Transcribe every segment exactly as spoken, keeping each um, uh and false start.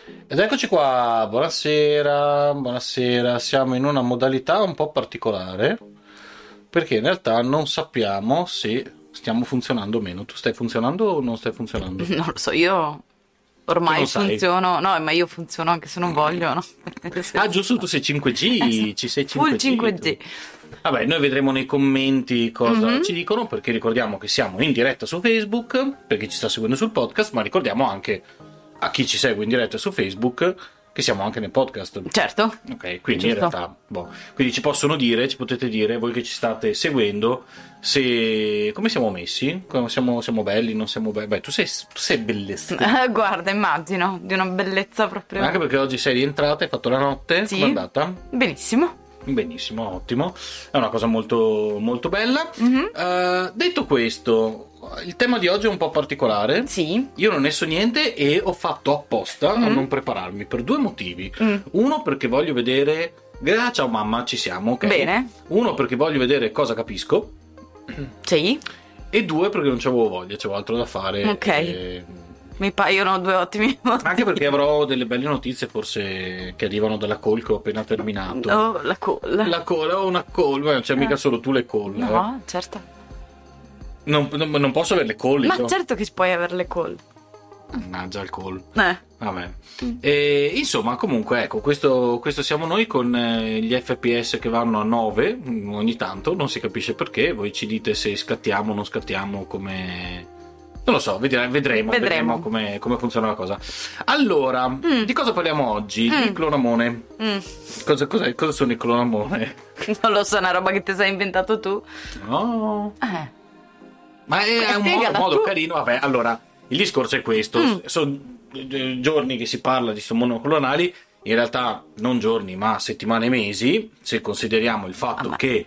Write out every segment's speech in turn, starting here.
Ed eccoci qua, buonasera, buonasera. Siamo in una modalità un po' particolare perché in realtà non sappiamo se stiamo funzionando o meno. Tu stai funzionando o non stai funzionando? Non lo so, io Tu ormai non sai. funziono, no, ma io funziono anche se non voglio, no? Nel Ah, senso- giusto, tu sei cinque G, ci sei Full cinque G. cinque G. tu. Vabbè, noi vedremo nei commenti cosa Mhm. ci dicono, perché ricordiamo che siamo in diretta su Facebook, per chi ci sta seguendo sul podcast, ma ricordiamo anche a chi ci segue in diretta su Facebook che siamo anche nel podcast. Certo. Ok, quindi in Giusto. realtà, boh. Quindi ci possono dire, ci potete dire, voi che ci state seguendo, se come siamo messi? Come siamo, siamo belli, non siamo belli? Beh, tu sei, tu sei bellissima. Eh, guarda, immagino, di una bellezza proprio. Anche perché oggi sei rientrata, hai fatto la notte, Sì. com'è andata? Benissimo. Benissimo, ottimo. È una cosa molto, molto bella. Mhm. Eh, detto questo, il tema di oggi è un po' particolare. Sì. Io non ne so niente e ho fatto apposta a Mm. non prepararmi per due motivi. Mm. Uno perché voglio vedere. Ah, ciao mamma, ci siamo, ok? Bene. Uno perché voglio vedere cosa capisco. Sì. E due perché non c'avevo voglia, c'avevo altro da fare. Ok. e- Mi paiono due ottimi motivi. Anche perché avrò delle belle notizie, forse che arrivano dalla call che ho appena terminato. Oh, la colla. La call, ho una call, ma non c'è mica solo tu le call. eh. No, certo. Non, non- non posso avere le call. Ma io. certo che puoi avere le call. Mannaggia il call. Eh. Vabbè. Mm. E, insomma, comunque, ecco, questo, questo siamo noi con eh, gli F P S che vanno a nove mm, ogni tanto, non si capisce perché. Voi ci dite se scattiamo o non scattiamo, come. Non lo so, vedremo, vedremo, Vedremo. vedremo come, come funziona la cosa. Allora, Mm. di cosa parliamo oggi? Mm. Di clonamone. Mm. Cosa, cos'è- cosa sono i clonamone? Non lo so, è una roba che ti sei inventato tu. No. Eh. Ma è un modo, Spiegala modo tu. carino. Vabbè, allora, il discorso è questo. Mm. Sono eh, giorni che si parla di sto monoclonali, in realtà non giorni, ma settimane e mesi, se consideriamo il fatto Ah, ma- che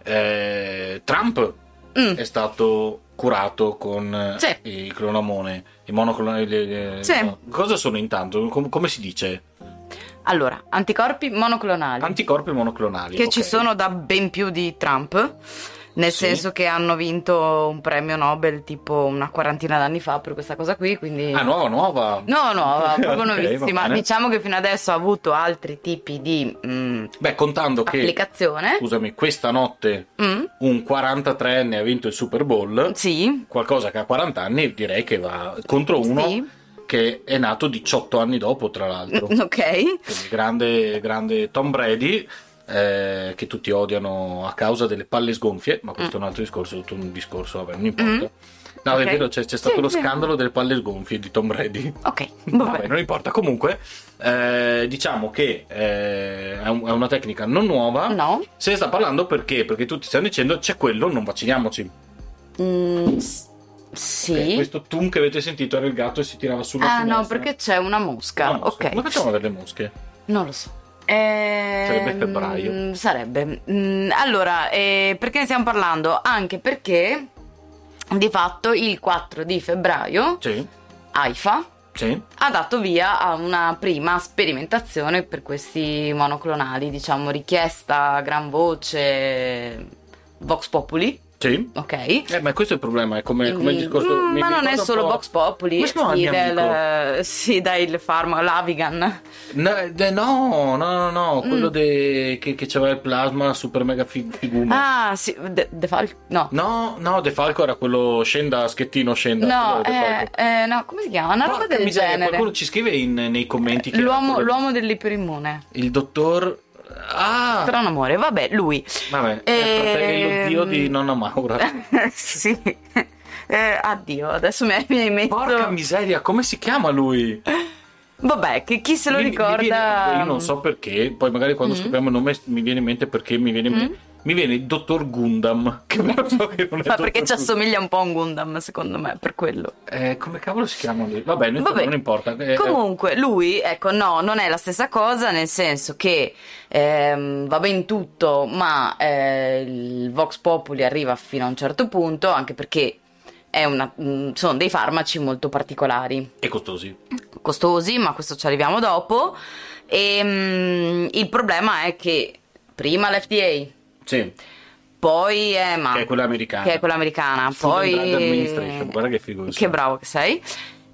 eh, Trump Mm. è stato curato con eh, Sì. i clonamone, i monoclonali. le- le- Sì. no. Cosa sono intanto? Com- come si dice? Allora, anticorpi monoclonali. Anticorpi monoclonali. che ok. ci sono da ben più di Trump, nel Sì. senso che hanno vinto un premio Nobel tipo una quarantina d'anni fa per questa cosa qui, quindi... Ah, nuova, nuova. No, no, proprio Ok, va nuovissima. bene. Diciamo che fino adesso ha avuto altri tipi di mm, Beh, contando che, applicazione. scusami, questa notte Mm, un quarantatreenne ha vinto il Super Bowl, sì, qualcosa che ha quaranta anni, direi che va contro uno sì, che è nato diciotto anni dopo, tra l'altro. ok. Quindi grande, grande Tom Brady, eh, che tutti odiano a causa delle palle sgonfie, ma questo è un altro discorso, tutto un discorso, vabbè, non importa. Mm. No, è Ok. vero, c'è, c'è stato Sì, lo sì. scandalo delle palle sgonfie di Tom Brady. Ok, Vabbè, vabbè. non importa. Comunque, eh, diciamo che eh, è, un- è una tecnica non nuova. No. Se ne sta parlando perché? Perché tutti stanno dicendo c'è quello, non vacciniamoci. Mm, s- sì. Ok, questo tum che avete sentito era il gatto e si tirava sulla Ah, finestra. no, perché c'è una mosca. Una mosca. Ok. Come facciamo a avere le mosche? Non lo so. Ehm, Sarebbe febbraio. Sarebbe. Mm, allora, eh, perché ne stiamo parlando? Anche perché di fatto il quattro di febbraio Sì, AIFA sì. ha dato via a una prima sperimentazione per questi monoclonali, diciamo richiesta a gran voce Vox Populi, Sì. ok? Eh, ma questo è il problema, è come, come il discorso. Mm, mi ma non è ricorda un solo po'- Vox Populi, Come si chiama il sì, mio del, sì, dai, il farmaco, l'Avigan. No, de- no, no, no, no, quello Mm. de- che, che c'aveva il plasma super mega fi- figume. Ah, sì, De, De Fal- no. No, no, De Falco era quello scenda, schettino, scenda. No, quello De eh, Falco. eh, no, come si chiama? Una roba Porca del miseria, genere. qualcuno ci scrive in- nei commenti che L'uomo, era quello- l'uomo dell'iperimmune. il dottor. Ah, Strano amore, vabbè, lui. vabbè, è il fratello Ehm, zio di nonna Maura. sì. Eh, addio, adesso mi hai, mi hai messo. Porca miseria, come si chiama lui? Vabbè, che chi se lo Mi- mi ricorda. viene- io non so perché, poi magari quando Mm. scopriamo il nome mi viene in mente perché mi viene, Mm. mi viene il dottor Gundam. Che non so che non è Ma perché dottor ci assomiglia un po' a un Gundam, secondo me, per quello. Eh, come cavolo si chiama lui? Vabbè, non, Vabbè. non importa. Eh, Comunque, lui, ecco, no, non è la stessa cosa, nel senso che ehm, va ben tutto, ma eh, il Vox Populi arriva fino a un certo punto, anche perché è una, mh, sono dei farmaci molto particolari, E costosi. costosi, ma questo ci arriviamo dopo. E mh, il problema è che prima l'F D A, Sì, poi EMA, che è quella americana. che è quella americana, Food and poi Drug Administration, guarda che figo. che bravo che sei.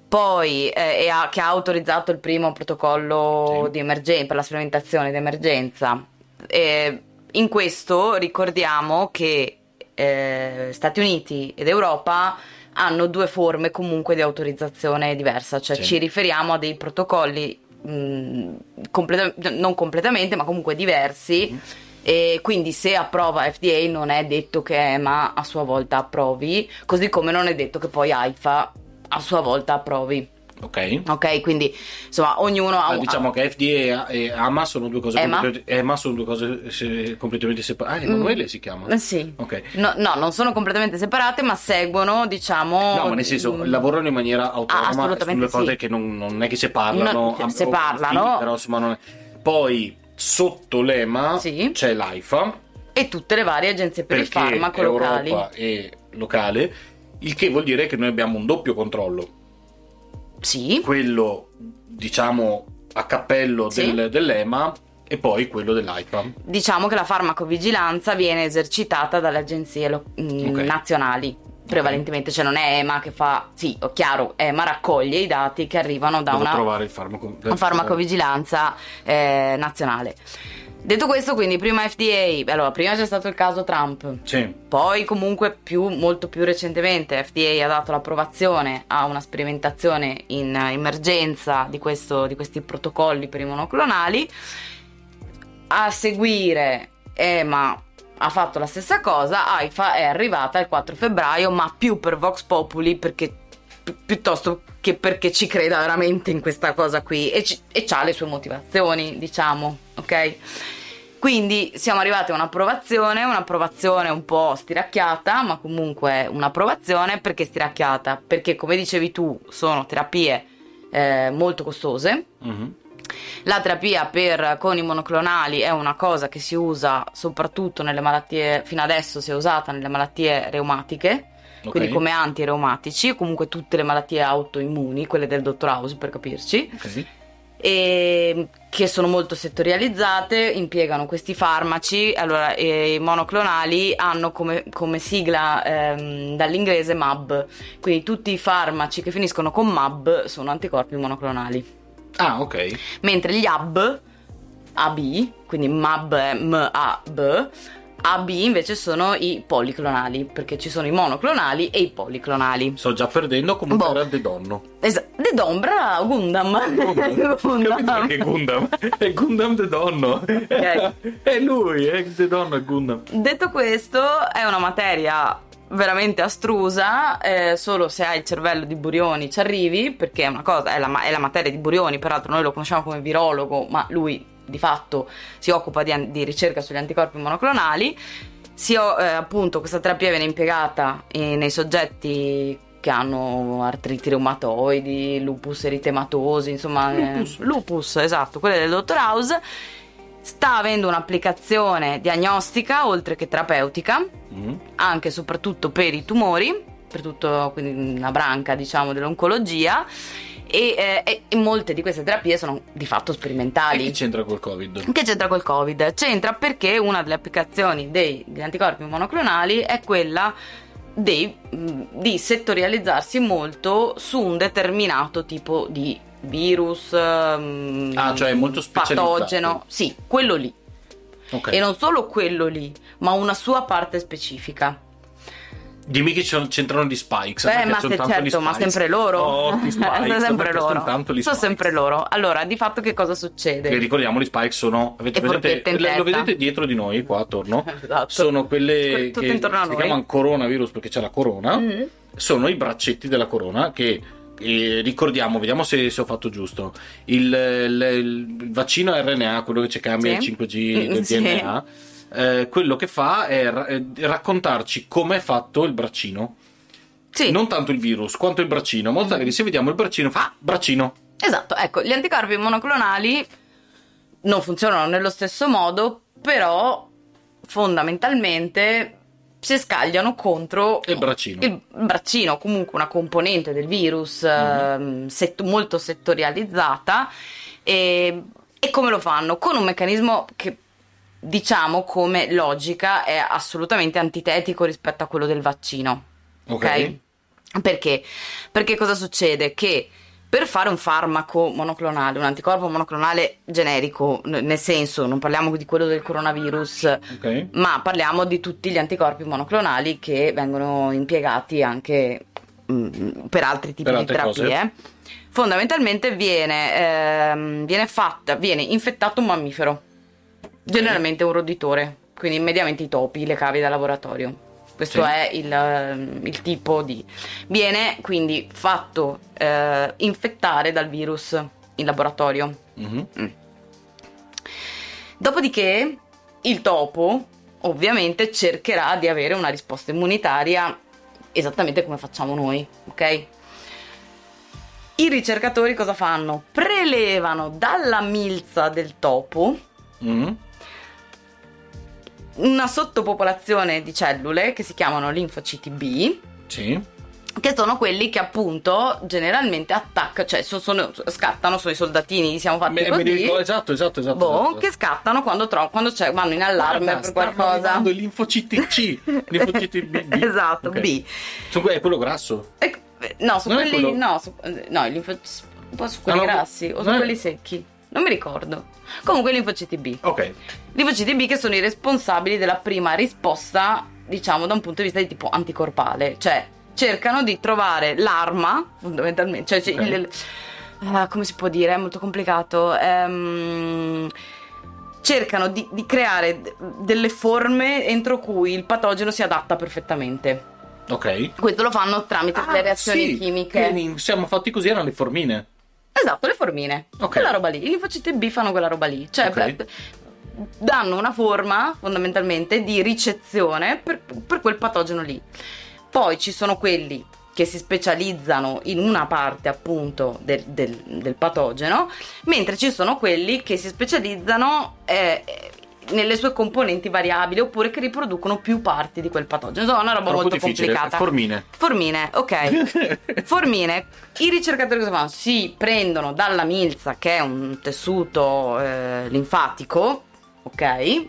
poi eh, e ha, che ha autorizzato il primo protocollo Sì. di emergenza per la sperimentazione di emergenza. Eh, in questo ricordiamo che eh, Stati Uniti ed Europa hanno due forme comunque di autorizzazione diversa, cioè Sì. ci riferiamo a dei protocolli mh, completa- non completamente, ma comunque diversi. Mm. E quindi se approva F D A non è detto che EMA a sua volta approvi, così come non è detto che poi AIFA a sua volta approvi. Ok. Ok, quindi insomma ognuno ha Ah, un... diciamo che F D A e AMA sono due cose EMA? completamente, EMA sono due cose se- completamente separate. Ah, Emanuele si chiama? Eh, sì. Ok. No, no, non sono completamente separate, ma seguono, diciamo... No, ma nel senso, mm, lavorano in maniera autonoma assolutamente sulle cose sì. che non, non è che se parlano, Non- se o- parlano. però insomma non è. Poi sotto l'EMA Sì. c'è l'AIFA, E tutte le varie agenzie per il perché farmaco è locali. Europa e locale, il che vuol dire che noi abbiamo un doppio controllo. Sì, Quello, diciamo, a cappello Sì. del- dell'EMA e poi quello dell'AIFA. diciamo che la farmacovigilanza viene esercitata dalle agenzie lo- mm, Ok. nazionali, prevalentemente, cioè non è EMA che fa... Sì, è chiaro, EMA raccoglie i dati che arrivano da Devo una... trovare il farmaco. una farmacovigilanza eh, nazionale. Detto questo, quindi prima F D A, allora prima c'è stato il caso Trump, Sì. poi comunque più, molto più recentemente F D A ha dato l'approvazione a una sperimentazione in emergenza di, questo, di questi protocolli per i monoclonali. A seguire EMA ha fatto la stessa cosa, AIFA è arrivata il quattro febbraio, ma più per Vox Populi perché pi- piuttosto che perché ci creda veramente in questa cosa qui e, ci- e c'ha le sue motivazioni, diciamo, ok? Quindi siamo arrivati a un'approvazione, un'approvazione un po' stiracchiata, ma comunque un'approvazione. Perché stiracchiata? Perché, come dicevi tu, sono terapie eh, molto costose. Mhm. La terapia per con i monoclonali è una cosa che si usa soprattutto nelle malattie, fino adesso si è usata nelle malattie reumatiche, Ok. quindi come antireumatici, o comunque tutte le malattie autoimmuni, quelle del dottor House per capirci, Ok. e che sono molto settorializzate, impiegano questi farmaci. Allora, eh, i monoclonali hanno come, come sigla ehm, dall'inglese M A B, quindi tutti i farmaci che finiscono con M A B sono anticorpi monoclonali. Ah, ok. Mentre gli A B, A B, quindi M A B è M A B, A B invece sono i policlonali, perché ci sono i monoclonali e i policlonali. Sto già perdendo, comunque Boh. era De Donno. Esatto, De Don, bravo, Gundam. Capito Gundam. perché Gundam? È Gundam De Donno. È lui, è De Donno e Gundam. Detto questo, è una materia veramente astrusa, eh, solo se hai il cervello di Burioni ci arrivi, perché è una cosa, è la, ma- è la materia di Burioni, peraltro noi lo conosciamo come virologo, ma lui di fatto si occupa di, an- di ricerca sugli anticorpi monoclonali. Si, o- eh, appunto questa terapia viene impiegata in- nei soggetti che hanno artriti reumatoidi, lupus eritematosi, insomma Lupus. eh, lupus, esatto, quelle del dottor House. Sta avendo un'applicazione diagnostica oltre che terapeutica, Mm. anche e soprattutto per i tumori, per tutto, quindi una branca, diciamo, dell'oncologia, e, eh, e- e molte di queste terapie sono di fatto E sperimentali. che c'entra col Covid? Che c'entra col Covid? C'entra perché una delle applicazioni dei- degli anticorpi monoclonali è quella dei- mh, di settorializzarsi molto su un determinato tipo di virus, mh, Ah, cioè è molto specializzato. patogeno, sì, quello lì. Ok. E non solo quello lì, ma una sua parte specifica. Dimmi che c'en- c'entrano gli spikes. Beh, perché ma sono se- tanto gli certo, ma spikes. sempre loro. Oh, gli spikes. sono sempre perché loro. Sono tanto gli Sono spikes. sempre loro. Allora, di fatto che cosa succede? Che ricordiamo, gli spikes sono. Avete E presente? forchette in le- Lo testa. vedete dietro di noi, qua attorno? Esatto. Sono quelle Tutto che intorno a si noi. chiamano coronavirus perché c'è la corona. Mm. Sono i braccetti della corona che. eh, ricordiamo, vediamo se, se ho fatto giusto. Il, il- il vaccino R N A, quello che ci cambia Sì. il cinque G Mm, del sì. D N A, eh, quello che fa è ra- è raccontarci com'è fatto il braccino. Sì. Non tanto il virus quanto il braccino. Molto che se vediamo il braccino, fa braccino. Esatto, ecco, gli anticorpi monoclonali non funzionano nello stesso modo, però fondamentalmente si scagliano contro Il braccino. il braccino, comunque una componente del virus ehm, set- molto settorializzata. E, e come lo fanno? Con un meccanismo che, diciamo, come logica è assolutamente antitetico rispetto a quello del vaccino. Ok. Ok? Perché? Perché cosa succede? Che per fare un farmaco monoclonale, un anticorpo monoclonale generico, n- nel senso non parliamo di quello del coronavirus, Ok. ma parliamo di tutti gli anticorpi monoclonali che vengono impiegati anche mh, per altri tipi Per di altre terapie. Fondamentalmente viene, ehm, viene fatta, viene infettato un mammifero, generalmente un roditore, quindi mediamente i topi, le cavie da laboratorio. Questo Sì. è il, ehm, il tipo di... Viene quindi fatto eh, infettare dal virus in laboratorio. Mhm. Dopodiché il topo ovviamente cercherà di avere una risposta immunitaria esattamente come facciamo noi, ok? I ricercatori cosa fanno? Prelevano dalla milza del topo Mhm. una sottopopolazione di cellule che si chiamano linfociti B, Sì. che sono quelli che appunto generalmente attaccano, cioè so- sono, scattano, sono i soldatini, li siamo fatti Me- me così, li ricordo- esatto, esatto, esatto. boh, esatto. che scattano quando, tro- quando c'è, vanno in allarme Guarda, per stanno qualcosa. arrivando i linfociti C, linfociti B. B. Esatto, Ok. B. Su que- è quello grasso. E- no, su Non è quelli, quello- no, su, no, i linfo- un po' su quelli Ah, no, grassi o su non è- quelli secchi, non mi ricordo. Comunque i linfociti B. Ok. Linfociti B che sono i responsabili della prima risposta, diciamo, da un punto di vista di tipo anticorpale, cioè cercano di trovare l'arma, fondamentalmente, cioè, cioè, Ok. il- ah, come si può dire, è molto complicato, ehm, cercano di, di creare d- delle forme entro cui il patogeno si adatta perfettamente. Ok. Questo lo fanno tramite le Ah, reazioni sì, chimiche. che siamo fatti così, erano le formine. Esatto, le formine. Ok. Quella roba lì. I linfociti B fanno quella roba lì. Cioè, Ok. beh, danno una forma, fondamentalmente, di ricezione per, per quel patogeno lì. Poi ci sono quelli che si specializzano in una parte, appunto, del, del- del patogeno, mentre ci sono quelli che si specializzano eh, nelle sue componenti variabili, oppure che riproducono più parti di quel patogeno. Insomma, è una roba Troppo molto difficile. complicata. Formine. Formine, ok. Formine, i ricercatori cosa fanno? Si prendono dalla milza, che è un tessuto eh, linfatico, ok?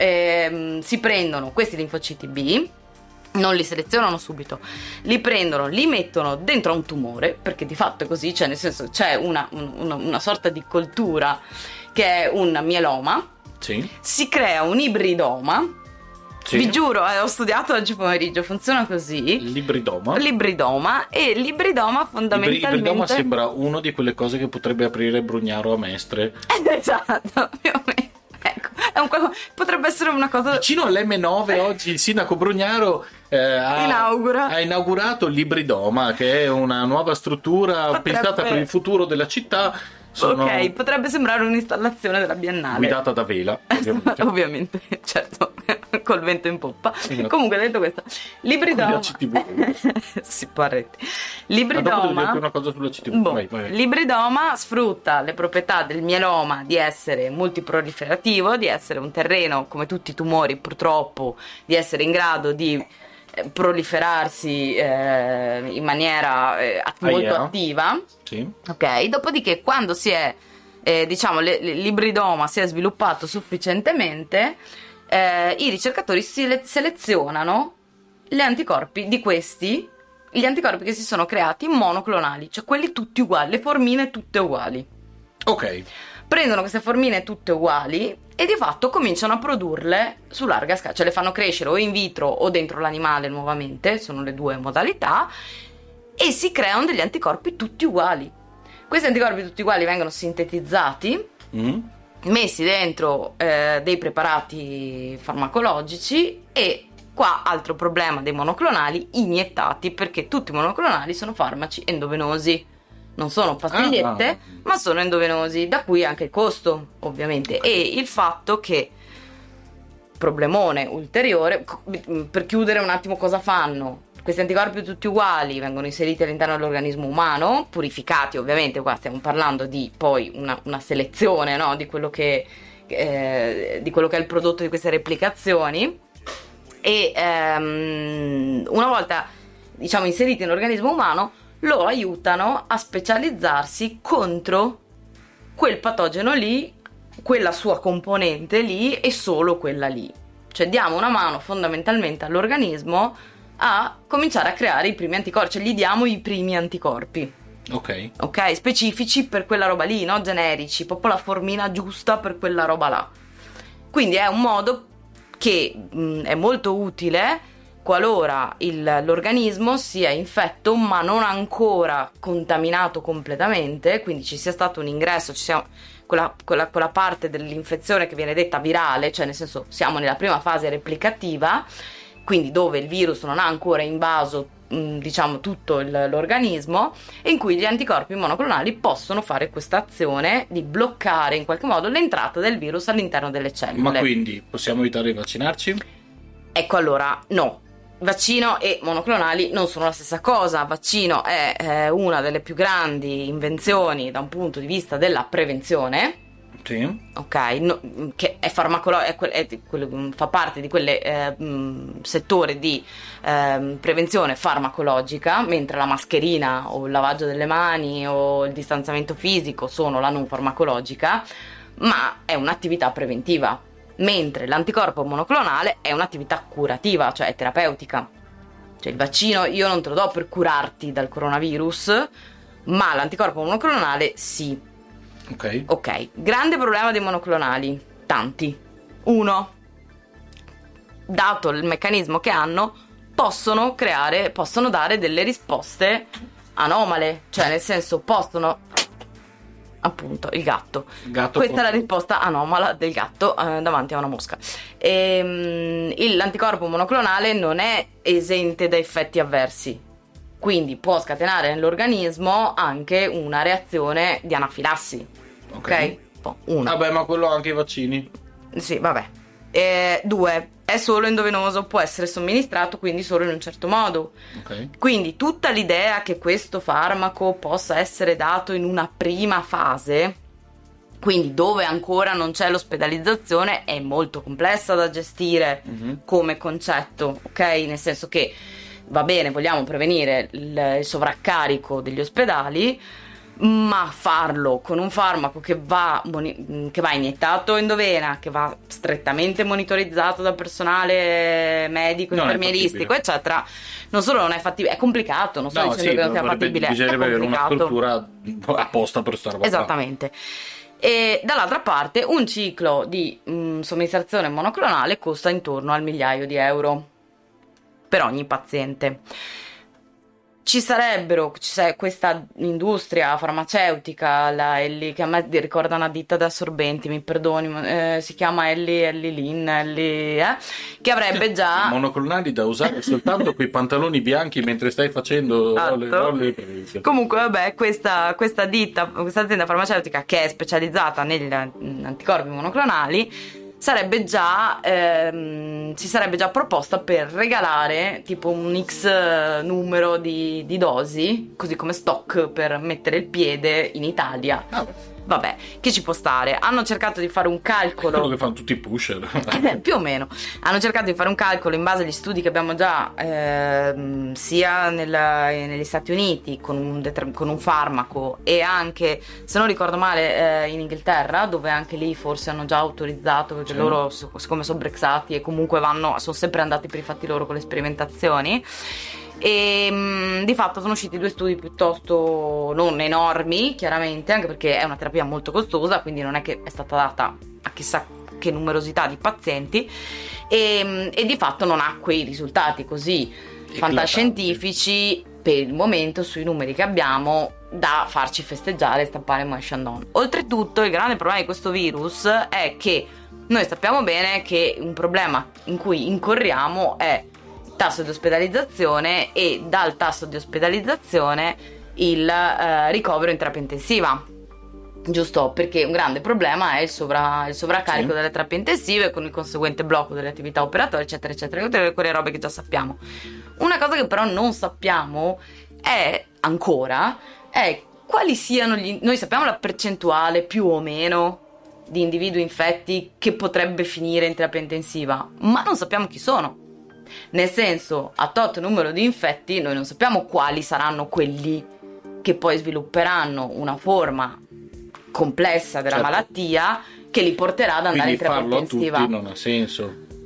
Ehm, si prendono questi linfociti B, non li selezionano subito, li prendono, li mettono dentro a un tumore, perché di fatto è così, cioè nel senso c'è una, un- una, una sorta di coltura che è un mieloma, Sì. si crea un ibridoma. Sì. Vi giuro, eh, ho studiato oggi pomeriggio, funziona così. L'ibridoma. L'ibridoma, e l'ibridoma Ibri- fondamentalmente L'ibridoma sembra una di quelle cose che potrebbe aprire Brugnaro a Mestre. esatto, più o meno. Ecco, è un qual- potrebbe essere una cosa Vicino all'emme nove oggi il sindaco Brugnaro eh, ha, Inaugura. ha inaugurato l'Ibridoma, che è una nuova struttura Potrebbe- pensata per il futuro della città. Sono ok, potrebbe sembrare un'installazione della Biennale. guidata da Vela, ovviamente. Ovviamente, certo, col vento in poppa. Esatto. Comunque, detto questo, Con l'ibridoma la C T V. si parretti. Ma dopo devo L'ibridoma dirti una cosa sulla C T V. Boh, Vai, vai. l'ibridoma sfrutta le proprietà del mieloma di essere multiproliferativo, di essere un terreno, come tutti i tumori purtroppo, di essere in grado di eh, proliferarsi eh, in maniera eh, at- Ah, molto yeah. attiva. Sì. Ok, dopodiché quando si è, eh, diciamo, le- le- l'ibridoma si è sviluppato sufficientemente, eh, i ricercatori sele- selezionano gli anticorpi di questi, gli anticorpi che si sono creati monoclonali, cioè quelli tutti uguali, le formine tutte uguali. Ok. Prendono queste formine tutte uguali e di fatto cominciano a produrle su larga scala, cioè le fanno crescere o in vitro o dentro l'animale nuovamente, sono le due modalità, e si creano degli anticorpi tutti uguali. Questi anticorpi tutti uguali vengono sintetizzati, Mm. messi dentro eh, dei preparati farmacologici, e qua altro problema dei monoclonali, iniettati, perché tutti i monoclonali sono farmaci endovenosi, non sono pastigliette, Ah. ma sono endovenosi, da cui anche il costo, ovviamente, e il fatto che, problemone ulteriore, co- per chiudere un attimo cosa fanno. Questi anticorpi tutti uguali vengono inseriti all'interno dell'organismo umano, purificati ovviamente, qua stiamo parlando di poi una, una selezione, no, di quello che eh, di quello che è il prodotto di queste replicazioni, e ehm, una volta, diciamo, inseriti nell'organismo umano, lo aiutano a specializzarsi contro quel patogeno lì, quella sua componente lì e solo quella lì. Cioè diamo una mano fondamentalmente all'organismo a cominciare a creare i primi anticorpi, cioè gli diamo i primi anticorpi. Ok. Ok, specifici per quella roba lì, no? Generici, proprio la formina giusta per quella roba là. Quindi è un modo che mh, è molto utile qualora il, l'organismo sia infetto ma non ancora contaminato completamente, quindi ci sia stato un ingresso, ci sia quella, quella, quella parte dell'infezione che viene detta virale, cioè nel senso siamo nella prima fase replicativa, quindi dove il virus non ha ancora invaso mh, diciamo tutto il, l'organismo, e in cui gli anticorpi monoclonali possono fare questa azione di bloccare in qualche modo l'entrata del virus all'interno delle cellule. Ma quindi possiamo evitare di vaccinarci? Ecco, allora, no. Vaccino e monoclonali non sono la stessa cosa. Vaccino è eh, una delle più grandi invenzioni da un punto di vista della prevenzione. Sì. Ok, no, che è farmacologico, è, è, è, fa parte di quelle eh, mh, settori di eh, prevenzione farmacologica, mentre la mascherina o il lavaggio delle mani o il distanziamento fisico sono la non farmacologica, ma è un'attività preventiva. Mentre l'anticorpo monoclonale è un'attività curativa, cioè è terapeutica. Cioè il vaccino io non te lo do per curarti dal coronavirus, ma l'anticorpo monoclonale sì. Ok. Ok, grande problema dei monoclonali, tanti. Uno, dato il meccanismo che hanno, possono creare, possono dare delle risposte anomale, cioè nel senso possono... appunto il gatto, gatto questa con... è la risposta anomala del gatto eh, davanti a una mosca. E, um, l'anticorpo monoclonale non è esente da effetti avversi, quindi può scatenare nell'organismo anche una reazione di anafilassi. Ok, okay? Uno. Vabbè, ma quello anche i vaccini. Sì, vabbè. E, due, è solo endovenoso, può essere somministrato quindi solo in un certo modo. Okay. Quindi tutta l'idea che questo farmaco possa essere dato in una prima fase, quindi dove ancora non c'è l'ospedalizzazione, è molto complessa da gestire mm-hmm. come concetto, ok? Nel senso che va bene, vogliamo prevenire il, il sovraccarico degli ospedali, ma farlo con un farmaco che va, che va iniettato endovena, che va strettamente monitorizzato dal personale medico, non infermieristico, eccetera, non solo non è fattibile, è complicato, non sto no, dicendo sì, che non sia fattibile, bisognerebbe avere una struttura apposta per questa roba. Esattamente. E dall'altra parte un ciclo di mh, somministrazione monoclonale costa intorno al migliaio di euro per ogni paziente. Ci sarebbero, c'è questa industria farmaceutica, la Ellie, che a me ricorda una ditta di assorbenti, mi perdoni, eh, si chiama Ellie, Ellie Lin, Ellie, eh, che avrebbe già... monoclonali da usare soltanto quei pantaloni bianchi mentre stai facendo esatto. le, le... Comunque vabbè, questa, questa ditta, questa azienda farmaceutica che è specializzata negli anticorpi monoclonali sarebbe già ehm, si sarebbe già proposta per regalare tipo un X numero di, di dosi, così come stock per mettere il piede in Italia. Ah. Vabbè, che ci può stare. Hanno cercato di fare un calcolo, quello che fanno tutti i pusher. Più o meno. Hanno cercato di fare un calcolo in base agli studi che abbiamo già ehm, sia nella, negli Stati Uniti con un, determ- con un farmaco, e anche, se non ricordo male, eh, in Inghilterra, dove anche lì forse hanno già autorizzato, perché sì. loro siccome sono brexati e comunque vanno, sono sempre andati per i fatti loro con le sperimentazioni. E mh, di fatto sono usciti due studi piuttosto non enormi, chiaramente, anche perché è una terapia molto costosa, quindi non è che è stata data a chissà che numerosità di pazienti, e, mh, e di fatto non ha quei risultati così fantascientifici per il momento sui numeri che abbiamo da farci festeggiare e stampare Moe Chandon. Oltretutto il grande problema di questo virus è che noi sappiamo bene che un problema in cui incorriamo è tasso di ospedalizzazione, e dal tasso di ospedalizzazione il eh, ricovero in terapia intensiva, giusto? Perché un grande problema è il, sovra, il sovraccarico sì. delle terapie intensive, con il conseguente blocco delle attività operatorie, eccetera eccetera, tutte quelle robe che già sappiamo. Una cosa che però non sappiamo è ancora è quali siano gli... noi sappiamo la percentuale più o meno di individui infetti che potrebbe finire in terapia intensiva, ma non sappiamo chi sono. Nel senso, a tot numero di infetti noi non sappiamo quali saranno quelli che poi svilupperanno una forma complessa della certo. malattia che li porterà ad andare quindi in terapia intensiva. intensiva. Quindi farlo a tutti non ha senso.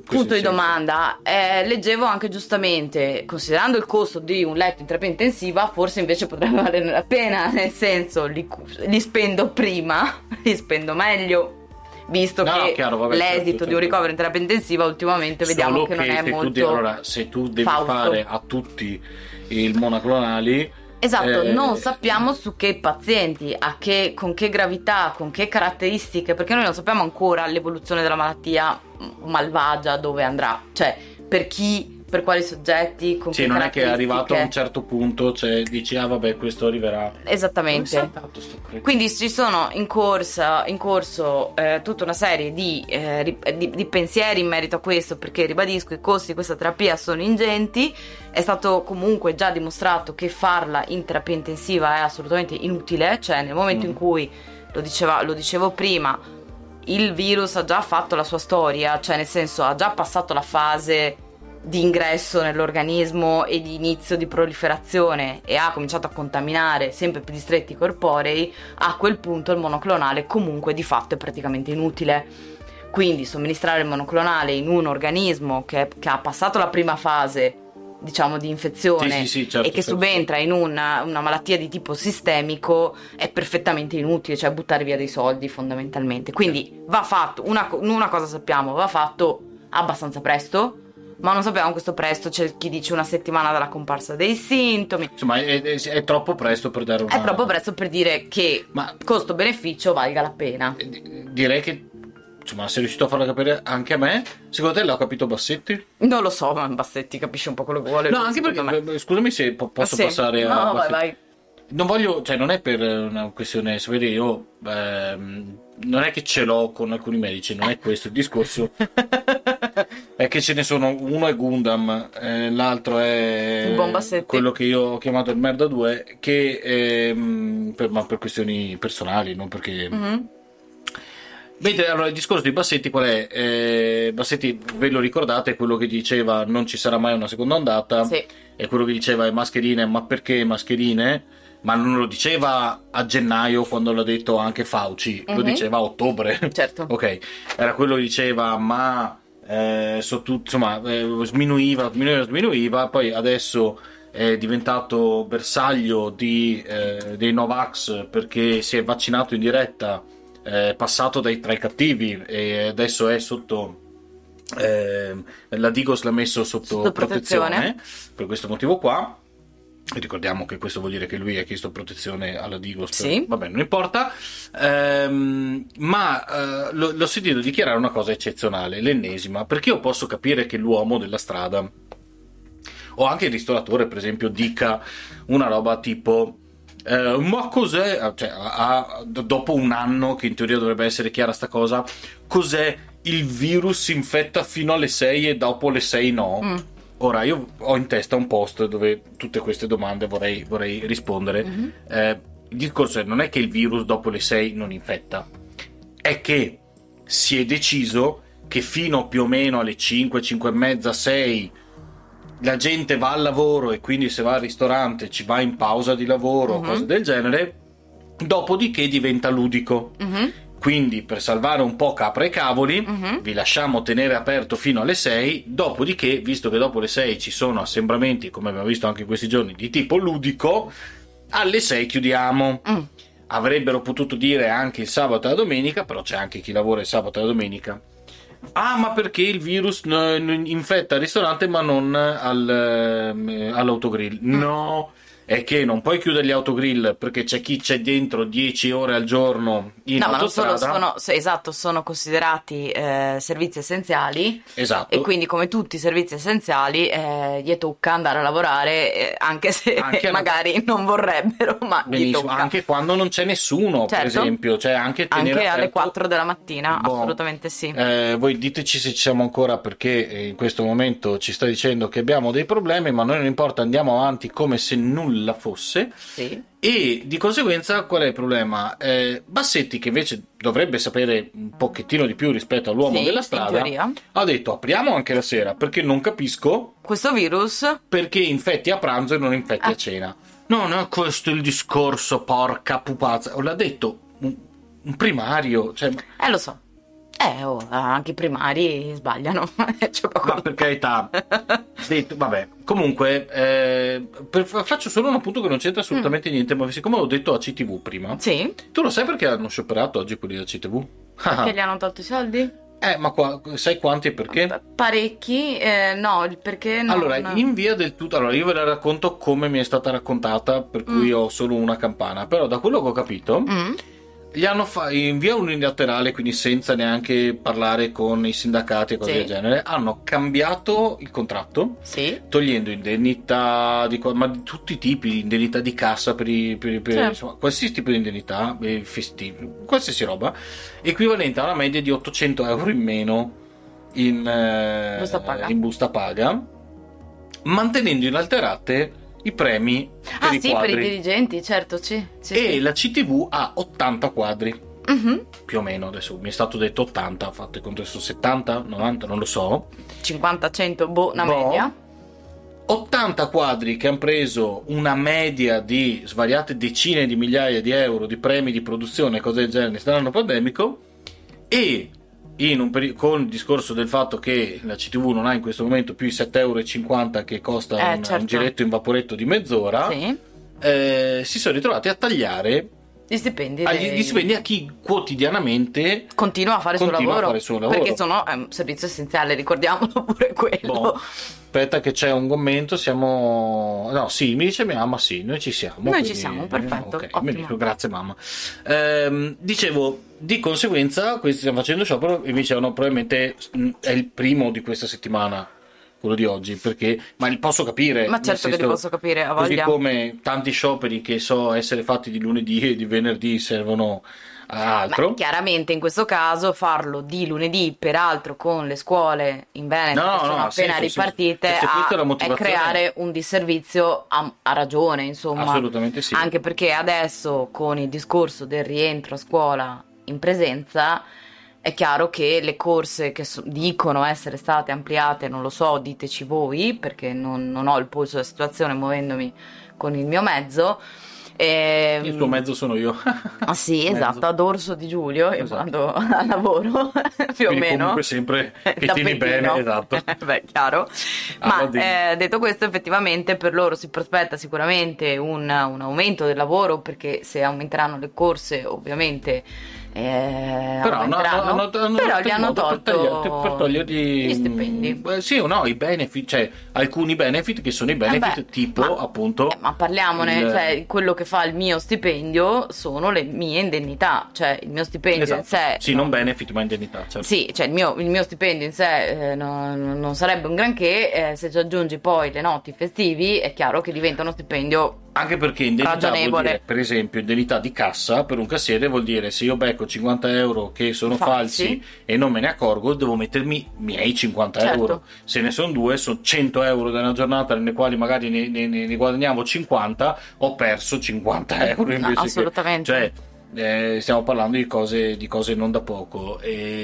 punto di domanda. Eh, leggevo anche giustamente, considerando il costo di un letto in terapia intensiva, forse invece potrebbe valere la pena, nel senso li, li spendo prima, li spendo meglio. Visto no, che no, chiaro, vabbè, l'esito certo, certo. di un ricovero in terapia intensiva ultimamente vediamo Solo che non è se molto tu, allora, se tu devi fausto. fare a tutti il monoclonali, esatto, eh, non sappiamo su che pazienti, a che, con che gravità, con che caratteristiche, perché noi non sappiamo ancora l'evoluzione della malattia malvagia, dove andrà, cioè per chi, per quali soggetti, con sì, che non è che è caratteristiche. arrivato a un certo punto, cioè dici ah vabbè questo arriverà. Esattamente. Quindi ci sono in corsa in corso eh, tutta una serie di, eh, di, di pensieri in merito a questo, perché ribadisco, i costi di questa terapia sono ingenti. È stato comunque già dimostrato che farla in terapia intensiva è assolutamente inutile, cioè nel momento mm. in cui, lo diceva, lo dicevo prima, il virus ha già fatto la sua storia, cioè nel senso ha già passato la fase di ingresso nell'organismo e di inizio di proliferazione e ha cominciato a contaminare sempre più distretti corporei, a quel punto il monoclonale comunque di fatto è praticamente inutile. Quindi somministrare il monoclonale in un organismo che, che ha passato la prima fase, diciamo, di infezione sì, sì, sì, certo, e che certo. subentra in una, una malattia di tipo sistemico è perfettamente inutile, cioè buttare via dei soldi fondamentalmente. Quindi va fatto, una, una cosa sappiamo, va fatto abbastanza presto, ma non sappiamo questo presto, c'è chi dice una settimana dalla comparsa dei sintomi. Insomma è, è, è troppo presto per dare una... È troppo presto per dire che ma costo-beneficio valga la pena. Direi che insomma sei riuscito a farlo capire anche a me. Secondo te l'ha capito Bassetti? Non lo so, ma Bassetti capisce un po' quello che vuole. No, anche perché me. Scusami se posso sì. passare a no, Bassetti. vai vai. Non voglio, cioè non è per una questione, sapete, io ehm, non è che ce l'ho con alcuni medici, non è questo il discorso. È che ce ne sono, uno è Gundam, eh, l'altro è il buon Bassetti, quello che io ho chiamato il merda due, che ehm, per, ma per questioni personali, non perché... Mm-hmm. Vedete, allora il discorso di Bassetti qual è? Eh, Bassetti, ve lo ricordate, è quello che diceva non ci sarà mai una seconda ondata, sì. È quello che diceva mascherine, ma perché mascherine? Ma non lo diceva a gennaio quando l'ha detto anche Fauci, mm-hmm. Lo diceva a ottobre. Certo. Ok, era quello che diceva ma eh, so tu, insomma eh, sminuiva, sminuiva, sminuiva, poi adesso è diventato bersaglio di, eh, dei Novax perché si è vaccinato in diretta, è eh, passato dai, tra i cattivi e adesso è sotto... Eh, la Digos l'ha messo sotto, sotto protezione. protezione per questo motivo qua. Ricordiamo che questo vuol dire che lui ha chiesto protezione alla Digos, sì. Per... vabbè, non importa. Ehm, ma eh, lo, l'ho sentito dichiarare una cosa eccezionale, l'ennesima, perché io posso capire che l'uomo della strada o anche il ristoratore, per esempio, dica una roba tipo eh, ma cos'è, cioè, a, a, dopo un anno che in teoria dovrebbe essere chiara sta cosa, cos'è il virus si infetta fino alle sei e dopo le sei no? Mm. Ora io ho in testa un post dove tutte queste domande vorrei, vorrei rispondere. Mm-hmm. Eh, il discorso è, non è che il virus dopo le sei non infetta, è che si è deciso che fino più o meno alle cinque, cinque e mezza, sei la gente va al lavoro e quindi se va al ristorante ci va in pausa di lavoro, mm-hmm. Cose del genere, dopodiché diventa ludico. Mm-hmm. Quindi per salvare un po' capra e cavoli, uh-huh. Vi lasciamo tenere aperto fino alle sei, dopodiché, visto che dopo le sei ci sono assembramenti, come abbiamo visto anche in questi giorni, di tipo ludico, alle sei chiudiamo. Mm. Avrebbero potuto dire anche il sabato e la domenica, però c'è anche chi lavora il sabato e la domenica. Ah, ma perché il virus infetta il ristorante ma non al, all'autogrill? Mm. No! È che non puoi chiudere gli autogrill perché c'è chi c'è dentro dieci ore al giorno in no, autostrada. Ma non solo sono, esatto, sono considerati eh, servizi essenziali. Esatto. E quindi come tutti i servizi essenziali eh, gli tocca andare a lavorare eh, anche se anche magari la... non vorrebbero, ma benissimo, gli tocca. Anche quando non c'è nessuno, certo. Per esempio, cioè anche tenere anche aperto... alle quattro della mattina, bon. Assolutamente sì. Eh, voi diteci se ci siamo ancora, perché in questo momento ci sta dicendo che abbiamo dei problemi, ma a noi non importa, andiamo avanti come se nulla fosse. Sì. E di conseguenza qual è il problema? Eh, Bassetti, che invece dovrebbe sapere un pochettino di più rispetto all'uomo sì, della strada, ha detto apriamo anche la sera perché non capisco questo virus perché infetti a pranzo e non infetti ah. a cena. No, no, questo è il discorso, porca pupazza. L'ha detto un, un primario, cioè... eh lo so Eh, oh, anche i primari sbagliano. C'è poco Ma per carità, detto, vabbè, comunque eh, per- faccio solo un appunto che non c'entra assolutamente niente, ma siccome ho detto A C T V prima, Sì, tu lo sai perché hanno scioperato oggi quelli da C T V? perché gli hanno tolto i soldi? Eh, ma qua, sai quanti e perché? Pa- Parecchi, eh, no, il perché no. Allora, in via del tutto, allora io ve la racconto come mi è stata raccontata, per cui Mm. ho solo una campana, però da quello che ho capito, Mm. gli hanno fa- in via unilaterale, quindi senza neanche parlare con i sindacati e cose Sì. del genere, hanno cambiato il contratto, Sì, togliendo indennità di, co- ma di tutti i tipi, indennità di cassa per, i, per, i- per- Sì. insomma, qualsiasi tipo di indennità, eh, festivi, qualsiasi roba, equivalente a una media di ottocento euro in meno in, eh, Busta paga. in busta paga, mantenendo inalterate i premi per ah i sì, quadri. per i dirigenti, certo, sì. sì, E sì. la C T V ha ottanta quadri, Mhm. più o meno, adesso mi è stato detto ottanta, fate conto adesso settanta, novanta, non lo so. cinquanta cento, boh, una Boh. media. ottanta quadri che hanno preso una media di svariate decine di migliaia di euro di premi di produzione e cose del genere nell'anno pandemico, e in un peri- con il discorso del fatto che la C T V non ha in questo momento più i sette euro e cinquanta che costa Eh, un, certo. un giretto in vaporetto di mezz'ora, Sì. eh, si sono ritrovati a tagliare Gli stipendi. agli, dei- gli stipendi a chi quotidianamente Continua a fare il suo continua a lavoro. fare il suo lavoro. Perché sono è un servizio essenziale, ricordiamolo pure quello. Boh, aspetta che c'è un commento, siamo... No, sì, mi dice mia mamma, sì, noi ci siamo. Noi quindi- ci siamo, perfetto, Ok, ottimo. benissimo, grazie mamma. Ehm, dicevo, di conseguenza, questi stanno facendo sciopero e mi dicevano probabilmente mh, è il primo di questa settimana, quello di oggi, perché... Ma li posso capire. Ma nel certo che li senso, posso capire, a Così voglia. come tanti scioperi che so essere fatti di lunedì e di venerdì servono a altro. Beh, chiaramente in questo caso farlo di lunedì, peraltro con le scuole in Veneto No, che sono no, ha appena senso, sì. ripartite, Se questa è la a- è motivazione- creare un disservizio a, a ragione, insomma. Assolutamente sì. Anche perché adesso con il discorso del rientro a scuola in presenza è chiaro che le corse che so- dicono essere state ampliate, non lo so, diteci voi, perché non, non ho il polso della situazione muovendomi con il mio mezzo. Ehm, Il tuo mezzo sono io. Ah sì, Mezzo. esatto, a dorso di Giulio, io Esatto. vado a lavoro, più o Quindi meno. comunque sempre che tieni Tappetino. bene, esatto. Beh, chiaro. Ah, Ma va bene. eh, detto questo, effettivamente per loro si prospetta sicuramente un, un aumento del lavoro, perché se aumenteranno le corse, ovviamente eh, Però, no, aumenteranno. no, no, hanno Però fatto gli in hanno modo per tolto toglierti- per togliergli gli stipendi. eh, sì o no, i benefit, cioè alcuni benefit che sono i benefit Eh beh, tipo ma- appunto Eh, ma parliamone, il- cioè quello che fa il mio stipendio sono le mie indennità, cioè il mio stipendio esatto. in sé. Sì, non benefit ma indennità, certo. Sì, cioè il mio, il mio stipendio in sé eh, non, non sarebbe un granché, eh, se ci aggiungi poi le notti festivi è chiaro che diventa uno stipendio. Anche perché indennità vuol Ragionevole. dire, per esempio, indennità di cassa per un cassiere vuol dire se io becco cinquanta euro che sono falsi, Falsi. e non me ne accorgo, devo mettermi i miei cinquanta Certo. euro. Se ne sono due, sono cento euro da una giornata nelle quali magari ne, ne- ne- ne guadagniamo cinquanta, ho perso cinquanta euro invece che- assolutamente. Cioè, eh, stiamo parlando di cose, di cose non da poco,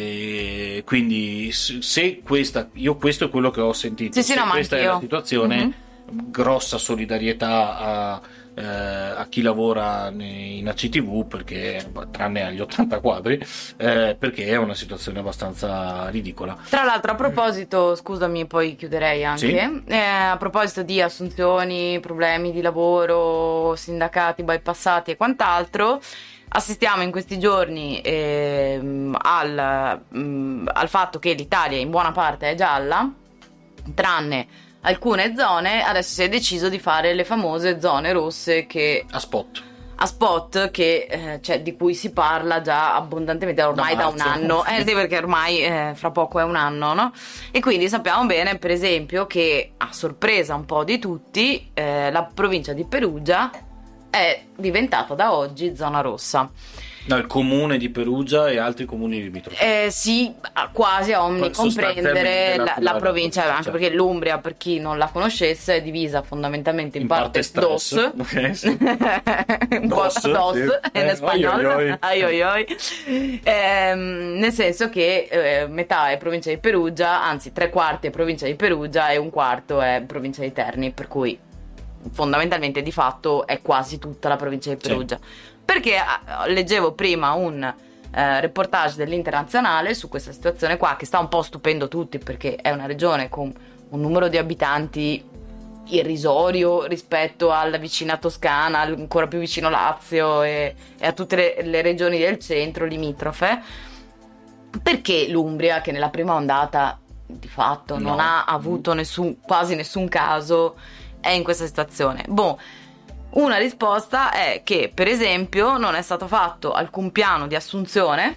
e quindi s- se questa, io questo è quello che ho sentito, Sì, sì, se no, ma questa è anch'io. la situazione, Mhm. grossa solidarietà a, eh, a chi lavora ne- in A C T V, perché tranne agli ottanta quadri, eh, perché è una situazione abbastanza ridicola. Tra l'altro, a proposito, scusami, poi chiuderei anche. Sì. Eh, a proposito di assunzioni, problemi di lavoro, sindacati bypassati e quant'altro, assistiamo in questi giorni ehm, al, mm, al fatto che l'Italia in buona parte è gialla, tranne alcune zone. Adesso si è deciso di fare le famose zone rosse che A spot. a spot che eh, cioè, di cui si parla già abbondantemente ormai Da da, un marzo. anno, eh sì, perché ormai eh, fra poco è un anno, no? E quindi sappiamo bene, per esempio, che a sorpresa un po' di tutti, eh, la provincia di Perugia è diventata da oggi zona rossa. No, il comune di Perugia e altri comuni limitrofi. Eh, sì, quasi a omnicomprendere Sostanzialmente la, la- la la- provincia, la- anche certo. perché l'Umbria, per chi non la conoscesse, è divisa fondamentalmente in, In parte, parte stress. dos, Ok, sì. un po' Dos, dos sì. in Eh, spagnolo, oi, oi. ai, oi, oi. Ehm, nel senso che eh, metà è provincia di Perugia, anzi tre quarti è provincia di Perugia e un quarto è provincia di Terni, per cui fondamentalmente di fatto è quasi tutta la provincia di Sì. Perugia. Perché ah, leggevo prima un eh, reportage dell'Internazionale su questa situazione qua, che sta un po' stupendo tutti perché è una regione con un numero di abitanti irrisorio rispetto alla vicina Toscana, ancora più vicino Lazio e, e a tutte le, le regioni del centro limitrofe, perché l'Umbria, che nella prima ondata di fatto no. non ha avuto nessun, quasi nessun caso, è in questa situazione. Boh, una risposta è che per esempio non è stato fatto alcun piano di assunzione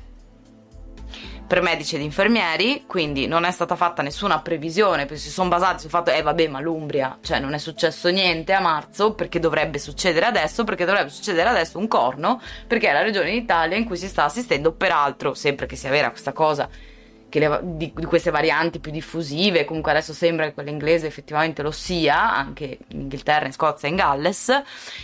per medici ed infermieri, quindi non è stata fatta nessuna previsione, perché si sono basati sul fatto eh vabbè ma l'Umbria, cioè non è successo niente a marzo, perché dovrebbe succedere adesso, perché dovrebbe succedere adesso un corno, perché è la regione d'Italia in cui si sta assistendo, peraltro sempre che sia vera questa cosa che le, di, di queste varianti più diffusive, comunque adesso sembra che quella inglese effettivamente lo sia anche in Inghilterra, in Scozia e in Galles,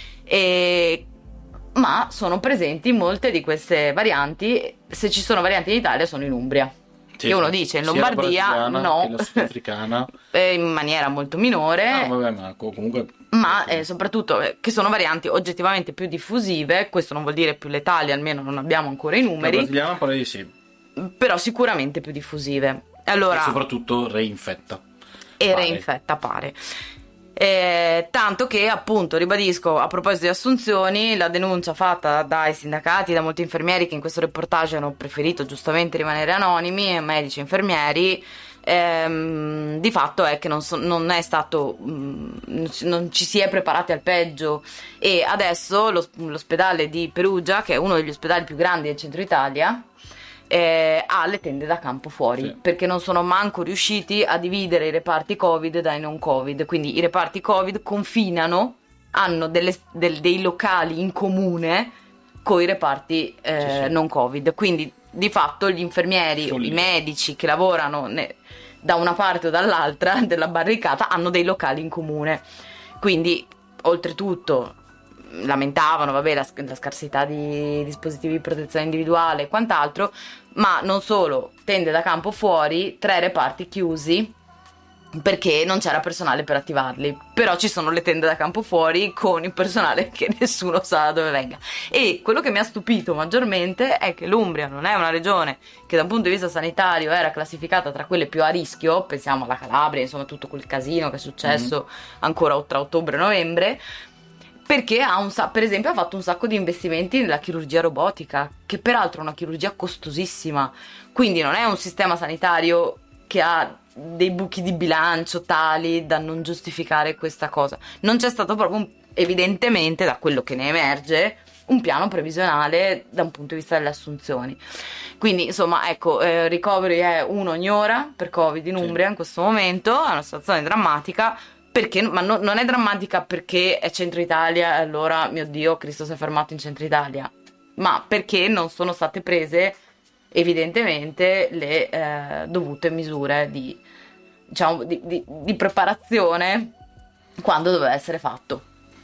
e ma sono presenti molte di queste varianti. Se ci sono varianti in Italia sono in Umbria, sì, che uno dice in Lombardia no, la sudafricana in maniera molto minore, ah, vabbè, ma comunque ma eh, soprattutto eh, che sono varianti oggettivamente più diffusive. Questo non vuol dire più letali, almeno non abbiamo ancora i numeri, la brasiliana pare di sì, però sicuramente più diffusive. Allora, e soprattutto reinfetta e pare. reinfetta pare Eh, tanto che appunto ribadisco, a proposito di assunzioni, la denuncia fatta dai sindacati, da molti infermieri che in questo reportage hanno preferito giustamente rimanere anonimi, medici e infermieri, ehm, di fatto è che non, so, non è stato mh, non ci si è preparati al peggio, e adesso lo, l'ospedale di Perugia, che è uno degli ospedali più grandi del centro Italia, Eh, ha le tende da campo fuori, sì, perché non sono manco riusciti a dividere i reparti Covid dai non Covid, quindi i reparti Covid confinano, hanno delle, del, dei locali in comune con i reparti eh, sì, sì. non Covid, quindi di fatto gli infermieri, Solì. i medici che lavorano ne, da una parte o dall'altra della barricata hanno dei locali in comune, quindi oltretutto lamentavano vabbè la, la scarsità di dispositivi di protezione individuale e quant'altro, ma non solo, tende da campo fuori, tre reparti chiusi perché non c'era personale per attivarli, però ci sono le tende da campo fuori con il personale che nessuno sa da dove venga. E quello che mi ha stupito maggiormente è che l'Umbria non è una regione che da un punto di vista sanitario era classificata tra quelle più a rischio, pensiamo alla Calabria, insomma tutto quel casino che è successo mm-hmm. ancora tra ottobre e novembre, perché ha un, per esempio ha fatto un sacco di investimenti nella chirurgia robotica, che peraltro è una chirurgia costosissima, quindi non è un sistema sanitario che ha dei buchi di bilancio tali da non giustificare questa cosa. Non c'è stato proprio un, evidentemente, da quello che ne emerge, un piano previsionale da un punto di vista delle assunzioni. Quindi insomma ecco, eh, ricoveri è uno ogni ora per Covid in Umbria sì. in questo momento, è una situazione drammatica. Perché? Ma no, non è drammatica perché è centro Italia e allora, mio Dio, Cristo si è fermato in centro Italia, ma perché non sono state prese evidentemente le eh, dovute misure di, diciamo, di, di, di preparazione quando doveva essere fatto.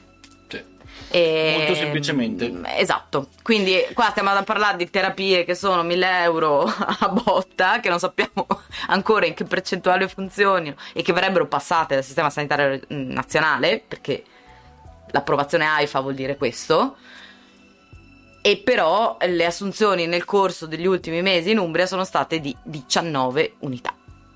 Sì. E, molto semplicemente. Esatto, quindi qua stiamo a parlare di terapie che sono mille euro a botta, che non sappiamo ancora in che percentuale funzionino e che verrebbero passate dal sistema sanitario nazionale, perché l'approvazione AIFA vuol dire questo. E però le assunzioni nel corso degli ultimi mesi in Umbria sono state di diciannove unità.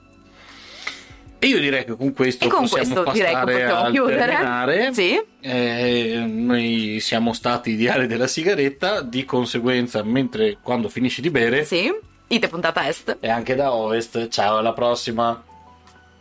E io direi che con questo e con possiamo questo direi che possiamo al chiudere. terminare. Sì. Eh, noi siamo stati diari della sigaretta, di conseguenza, mentre quando finisci di bere, sì, ite puntata est. E anche da ovest. Ciao, alla prossima.